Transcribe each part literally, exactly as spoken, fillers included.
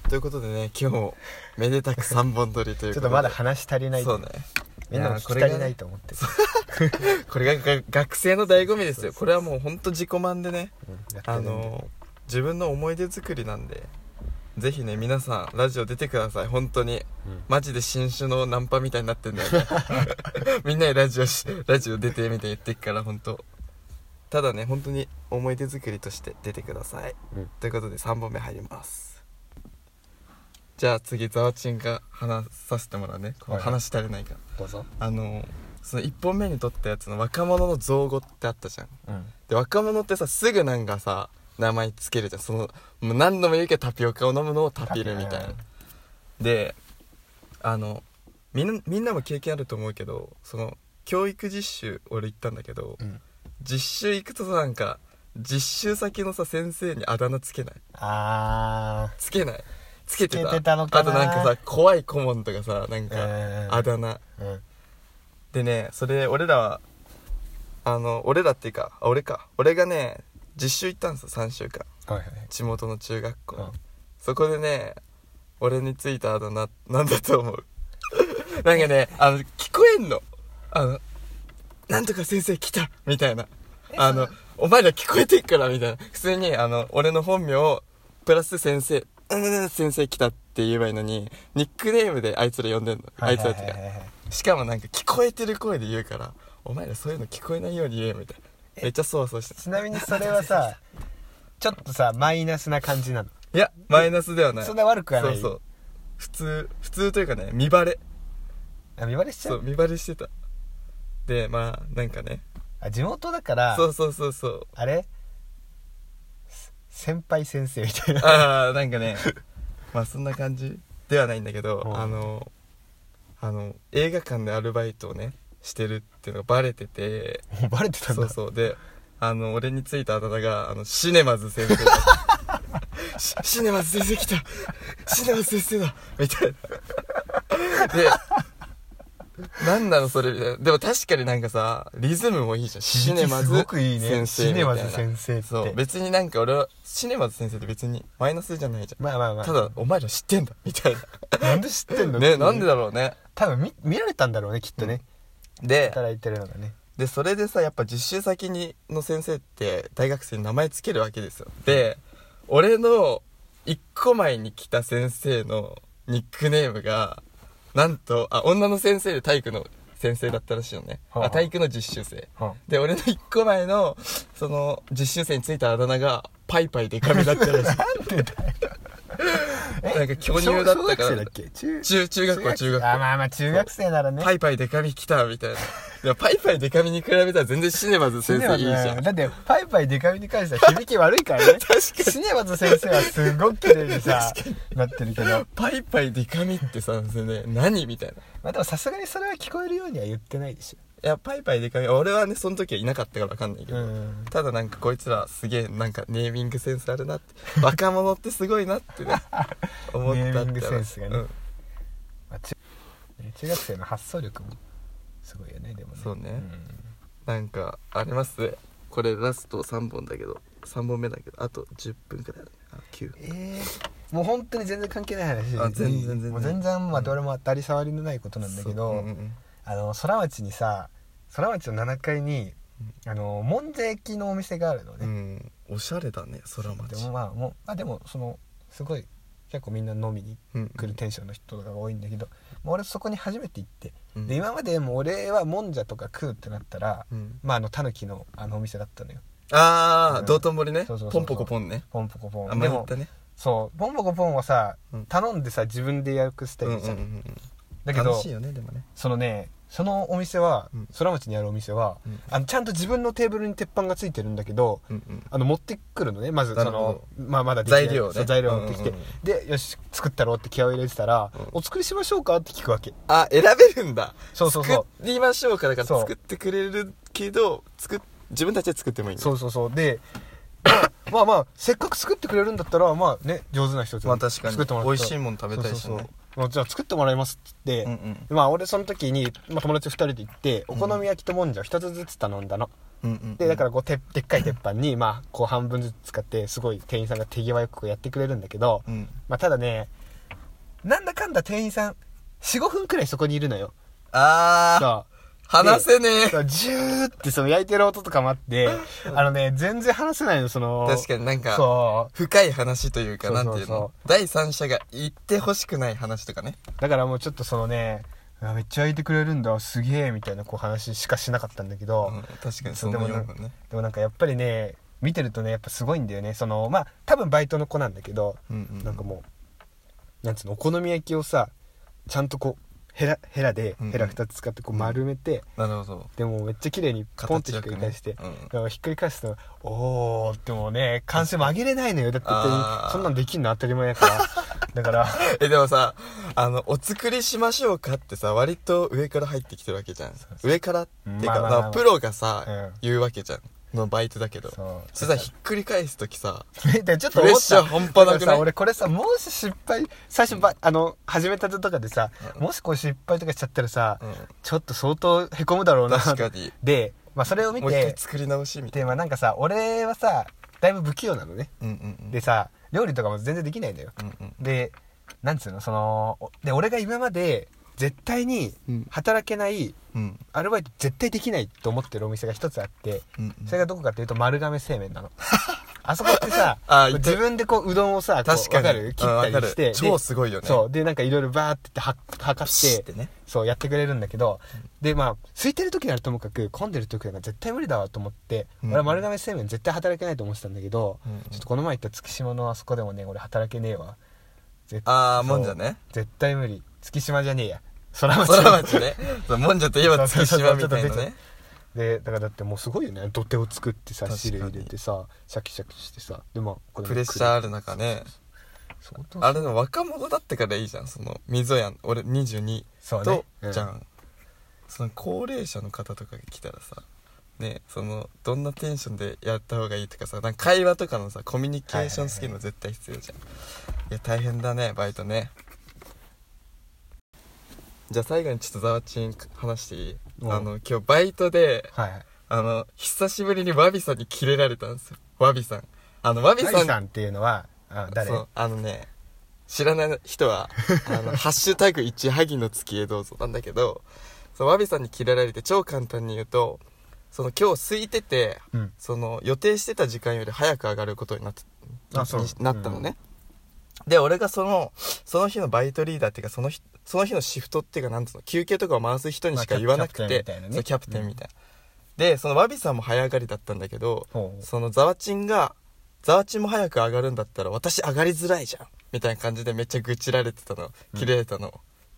ということでね、今日もめでたくさんぼん撮りということでちょっとまだ話足りない。 そうね、 みんなも聞き足りないと思ってる。 これが学生の醍醐味ですよ。これはもうほんと自己満でね、 うん、やってあるんでの自分の思い出作りなんで、ぜひね皆さんラジオ出てください。本当に、 うん、 マジで新種のナンパみたいになってんだよねみんなでラジオしラジオ出てみたいに言ってっから、本当ただね本当に思い出作りとして出てください、 うん、 ということでさんぼんめ入ります。じゃあ次ザワチンが話させてもらうね。この話足りないから、 どうぞ。 あのそのいっぽんめに撮ったやつの若者の造語ってあったじゃん、 うん、 で若者ってさすぐなんかさ名前つけるじゃん。そのもう何度も言うけどタピオカを飲むのをタピルみたいな。であのみんなみんなも経験あると思うけど、その教育実習俺行ったんだけど、 うん、 実習行くとさなんか実習先のさ先生にあだ名つけない？ あーつけない？つけてた？ つけてたのかな。 あとなんかさ怖い顧問とかさなんかあだ名、 うん、 でねそれ俺らはあの俺らっていうかあ俺か俺がね実習行ったんですよ、さんしゅうかん、 はいはい、 地元の中学校、 うん、 そこでね俺についたあだ名なんだと思うなんかねあの聞こえんの、あのなんとか先生来たみたいな、あのお前ら聞こえてっからみたいな、普通にあの俺の本名をプラス先生うん先生来たって言えばいいのに、ニックネームであいつら呼んでんの、あいつらってか、しかもなんか聞こえてる声で言うから、お前らそういうの聞こえないように言えよみたいな、めっちゃそわそわして。 ちなみにそれはさちょっとさマイナスな感じなの？ いやマイナスではない、 そんな悪くはない。 そうそう普通普通というかね見バレ、 あ、見バレしちゃう。 そう見バレしてた。でまあなんかね、 あ、地元だからそうそうそうそう、 あれ先輩先生みたいなああなんかねまあそんな感じではないんだけど、 うん、 あのあの映画館でアルバイトをねしてるっていうのがバレてて、 もうバレてたんだ。 そうそうであの俺についたあだ名があのシネマズ先生だシ, シネマズ先生来たシネマズ先生だみたいなでなんなのそれみたいな。でも確かになんかさリズムもいいじゃん。シネマズすごくいいね。 先生みたいな。 シネマズ先生ってそう別になんか俺はシネマズ先生って別にマイナスじゃないじゃん。 まあまあまあ、 ただお前ら知ってんだみたいななんで知ってんのね、なんでだろうね。 多分 見, 見られたんだろうねきっとね、 うん、で働いてるのがね。 でそれでさやっぱ実習先にの先生って大学生に名前つけるわけですよ。で俺のいっこまえに来た先生のニックネームがなんとあ女の先生で体育の先生だったらしいのね、はあ、あ体育の実習生、はあ、で俺のいっこまえのその実習生についたあだ名がパイパイデカミだったらしいなんでだよなんか巨乳だったから。小学生だっけ？中中中学校中学校。 あまあまあ中学生ならね。 パイパイデカミ来たみたいな。いやパイパイデカミに比べたら全然シネマズ先生いいじゃん。 だってパイパイデカミに関しては響き悪いからね。確かに。シネマズ先生はすごく綺麗にさなってるけど。 パイパイデカミってさそれ、ね、何みたいな。 まあでもさすがにそれは聞こえるようには言ってないでしょ。 いやパイパイデカミ俺はねその時はいなかったから分かんないけど、うん、ただなんかこいつらすげえなんかネーミングセンスあるなって若者ってすごいなってね思ったって。ネーミングセンスがね、うん、まあ、中, 中学生の発想力もすごいよね。でもねそうね、うん、なんかありますこれラストさんぼんだけどさんぼんめだけどあとじゅっぷんくらいあるね。あきゅうえー、もう本当に全然関係ない話で、 あ全然全然もう全然まあどれも当たり障りのないことなんだけど、うんうん、あの空町にさ空町のななかいに、うん、あのもんじゃ焼きのお店があるのね、うん、 おしゃれだね空町。 でもまあもうあでもそのすごい結構みんな飲みに来るテンションの人が多いんだけど、うん、俺そこに初めて行って、うん、で今までも俺はもんじゃとか食うってなったら、うん、まああのたぬきのあのお店だったのよ。 ああ、うん、道頓堀ね。そうそうそうそう、ポンポコポンね。 ポンポコポン。 あ、前言ったね。 そうポンポコポンはさ、うん、頼んでさ自分で予約スタイルじゃん、うんうんうん、だけど楽しいよねでもね。 そのねそのお店は、うん、空町にあるお店は、うん、あのちゃんと自分のテーブルに鉄板がついてるんだけど、うんうん、あの持ってくるのねまずその、まあ、まだできない材料、ね、 材料持ってきて、うんうんうん、でよし作ったろうって気合を入れてたら、うん、お作りしましょうかって聞くわけ。 あ選べるんだ。 そうそうそう作りましょうかだから作ってくれるけど作自分たちで作ってもいいんだ。 そうそうそうでまあまあせっかく作ってくれるんだったらまあね上手な人まあ確かに作ってもらったら美味しいもん食べたいしね。そうそうそうじゃあ作ってもらいますって言って、うんうん、まあ俺その時に、まあ、友達ふたりで行ってお好み焼きともんじゃをひとつずつ頼んだの、 うんうんうん、 でだからこうてでっかい鉄板にまあこう半分ずつ使ってすごい店員さんが手際よくこうやってくれるんだけど、 うんまあ、ただねなんだかんだ店員さん よん,ご 分くらいそこにいるのよ。 ああ話せねえ。 ジューってその焼いてる音とかもあってあのね全然話せないの。その確かになんかそう深い話というか、 そうそうそうなんていうの、第三者が言ってほしくない話とかね。 だからもうちょっとそのねめっちゃ焼いてくれるんだすげえみたいなこう話しかしなかったんだけど、 うん、確かにそう思うよね。 でもなんかやっぱりね見てるとねやっぱすごいんだよね。そのまあ多分バイトの子なんだけど、 うんうん、 なんかもうなんつうのお好み焼きをさちゃんとこうヘラヘラでヘラふたつ使ってこう丸めて、 うん、なるほど。 でもめっちゃ綺麗にポンってひっくり返して、ねうん、だからひっくり返すとおーってもうね完成も上げれないのよ。だってそんなんできんの当たり前やからだからえでもさあのお作りしましょうかってさ割と上から入ってきてるわけじゃん。そうそう上からっていうか、まあまあまあまあ、プロがさ、うん、言うわけじゃんのバイトだけど、そうそれさひっくり返すときさでちょっとプレッシャー半端なくない？ 俺これさもし失敗最初ばあの始めたてとかでさ、うん、もしこれ失敗とかしちゃったらさ、うん、ちょっと相当へこむだろうな。 確かに。 で、まあ、それを見てもう一回作り直しみたいな。 で、まあ、なんかさ俺はさだいぶ不器用なのね、 うんうんうん、 でさ料理とかも全然できないんだよ、うんうん、でなんつうのそので俺が今まで絶対に働けない、うん、アルバイト絶対できないと思ってるお店が一つあって、うんうん、それがどこかっていうと丸亀製麺なのあそこってさ自分でこううどんをさ確かに分かる切ったりして超すごいよね。 そうでなんかいろいろバーっては測って、ね、そうやってくれるんだけど、うん、でまあ空いてる時ならともかく混んでる時なんか絶対無理だわと思って、うん、俺は丸亀製麺絶対働けないと思ってたんだけど、うん、ちょっとこの前行った月島のあそこでもね俺働けねえわ。 ああもんじゃね絶対無理。月島じゃねえや空町空町ねもんじゃといえば月島みたいなね。 でだからだってもうすごいよね。土手を作ってさ汁入れてさシャキシャキしてさでもこれプレッシャーある中ね。あれの若者だってからいいじゃん。その溝やん俺にじゅうにと、ねうん、じゃんその高齢者の方とかが来たらさねそのどんなテンションでやった方がいいとかさなんか会話とかのさコミュニケーションスキルも絶対必要じゃん、はいはいはい、いや大変だねバイトね。じゃあ最後にちょっとざわちん話していい？あの今日バイトで、はい、あの久しぶりにわびさんにキレられたんですよ。わびさんあのわびさんわびさんっていうのはあ誰？ そうあのね知らない人はあのハッシュタグいち萩の月へどうぞなんだけどそうわびさんにキレられて超簡単に言うとその今日空いてて、うん、その予定してた時間より早く上がることになっ な, なったのね、うん、で俺がそのその日のバイトリーダーっていうかその日その日のシフトっていうかなんつうの休憩とかを回す人にしか言わなくて、まあ、キャプテンみたいなね。そうキャプテンみたいな、うん、でそのわびさんも早上がりだったんだけど、うん、そのざわちんがざわちんも早く上がるんだったら私上がりづらいじゃんみたいな感じでめっちゃ愚痴られてたのキレられたの、うん、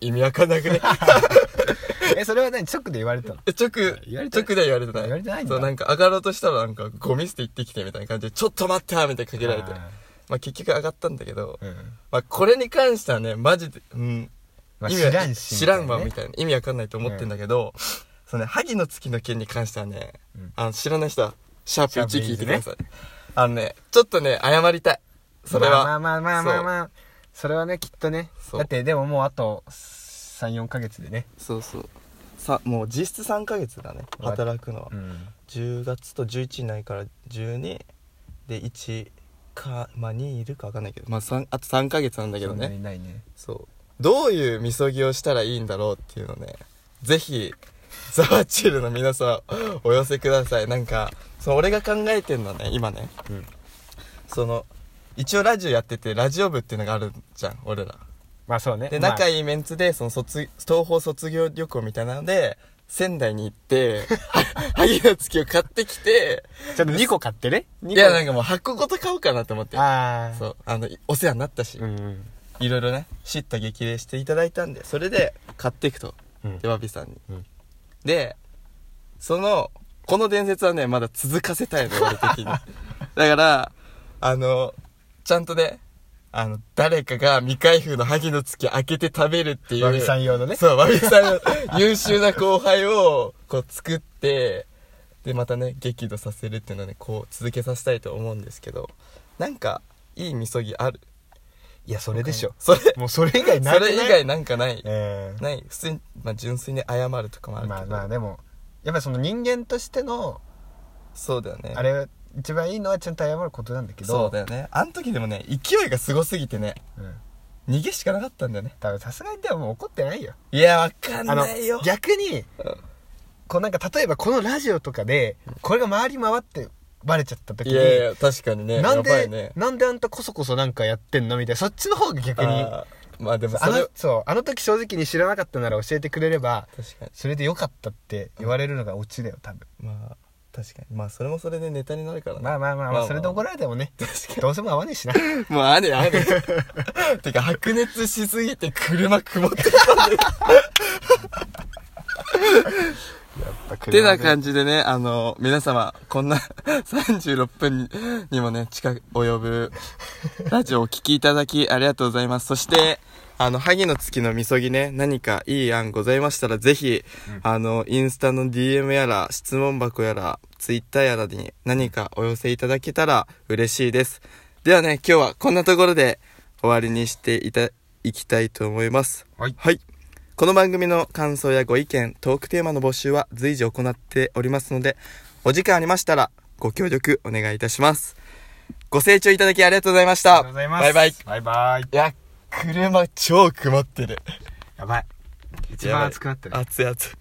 意味わかんなくねえそれは何直で言われたの？ 直直で言われてない言われてない言われてないんだ。 そうなんか上がろうとしたらなんかゴミ捨て行ってきてみたいな感じでちょっと待ってみたいなかけられてまあ結局上がったんだけど、うん、まあこれに関してはねマジでうんまあ、知らんし、 ね、知らんわみたいな意味わかんないと思ってんだけど、うん、そのね萩の月の件に関してはね、うん、あの知らない人はシャープいち聞いてください、ね、あのねちょっとね謝りたいそれはまあまあまあまあまあ そ, それはねきっとねだってでももうあと さん,よん ヶ月でねそうそうさもう実質さんかげつだね働くのは、うん、じゅうがつとじゅういちにないからじゅうにでいちかまあにいるか分かんないけどまあさんあとさんかげつなんだけどねそうないねそうどういうみそぎをしたらいいんだろうっていうのねぜひザワチルの皆さんお寄せください。なんかその俺が考えてんのね今ね、うん、その一応ラジオやっててラジオ部っていうのがあるじゃん俺ら。 まあそうね。 で仲いいメンツでその卒東宝卒業旅行みたいなので仙台に行って萩の月を買ってきてちょっとにこ買ってね。 いやなんかもうはっこごと買おうかなと思って。 ああそうあのお世話になったし、うんうん、いろいろね知った激励していただいたんでそれで買っていくと、うん、でわびさんに、うん、でそのこの伝説はねまだ続かせたいの俺的にだからあのちゃんとねあの誰かが未開封の萩の月開けて食べるっていうわびさん用のねそうわびさんの優秀な後輩をこう作ってでまたね激怒させるっていうのをねこう続けさせたいと思うんですけどなんかいいみそぎある？ いやそれでしょ。 それもうそれ以外ない。 それ以外なんかない、 えー、 ない普通に、まあ、純粋に謝るとかもあるけどまあまあでもやっぱりその人間としてのそうだよね。 あれ一番いいのはちゃんと謝ることなんだけど、 そうだよね。あの時でもね、勢いがすごすぎてね、 うん、 逃げしかなかったんだよね。 多分さすがにでももう怒ってないよ。 いや、わかんないよ。 逆に、うん、こうなんか例えばこのラジオとかでこれが回り回ってバレちゃった時に、 いやいや確かにね、 なんで、 やばいね、 なんであんたこそこそなんかやってんのみたいな、そっちの方が逆に、 あまあでもそれあのそうあの時正直に知らなかったなら教えてくれれば、 確かにそれでよかったって言われるのがオチだよ多分。 まあ確かに、まあそれもそれでネタになるからね。 まあまあまあ、まあ、それで怒られてもね、どうせも合わねえしな。 もうあれあれてか白熱しすぎて車曇ってたんだよてな感じでね、あの皆様こんなさんじゅうろっぷんにもね近く及ぶラジオをお聞きいただきありがとうございます。そしてあの萩の月のみそぎね、何かいい案ございましたらぜひ、うん、あのインスタの ディーエム やら質問箱やらツイッターやらに何かお寄せいただけたら嬉しいです。ではね、今日はこんなところで終わりにしていたいきたいと思います。 はい、 はい、この番組の感想やご意見、トークテーマの募集は随時行っておりますので、お時間ありましたらご協力お願いいたします。ご清聴いただきありがとうございました。 ありがとうございます。 バイバイ。 バイバイ。 いや、車超曇ってる。 やばい。一番暑くなってる。 暑い暑い。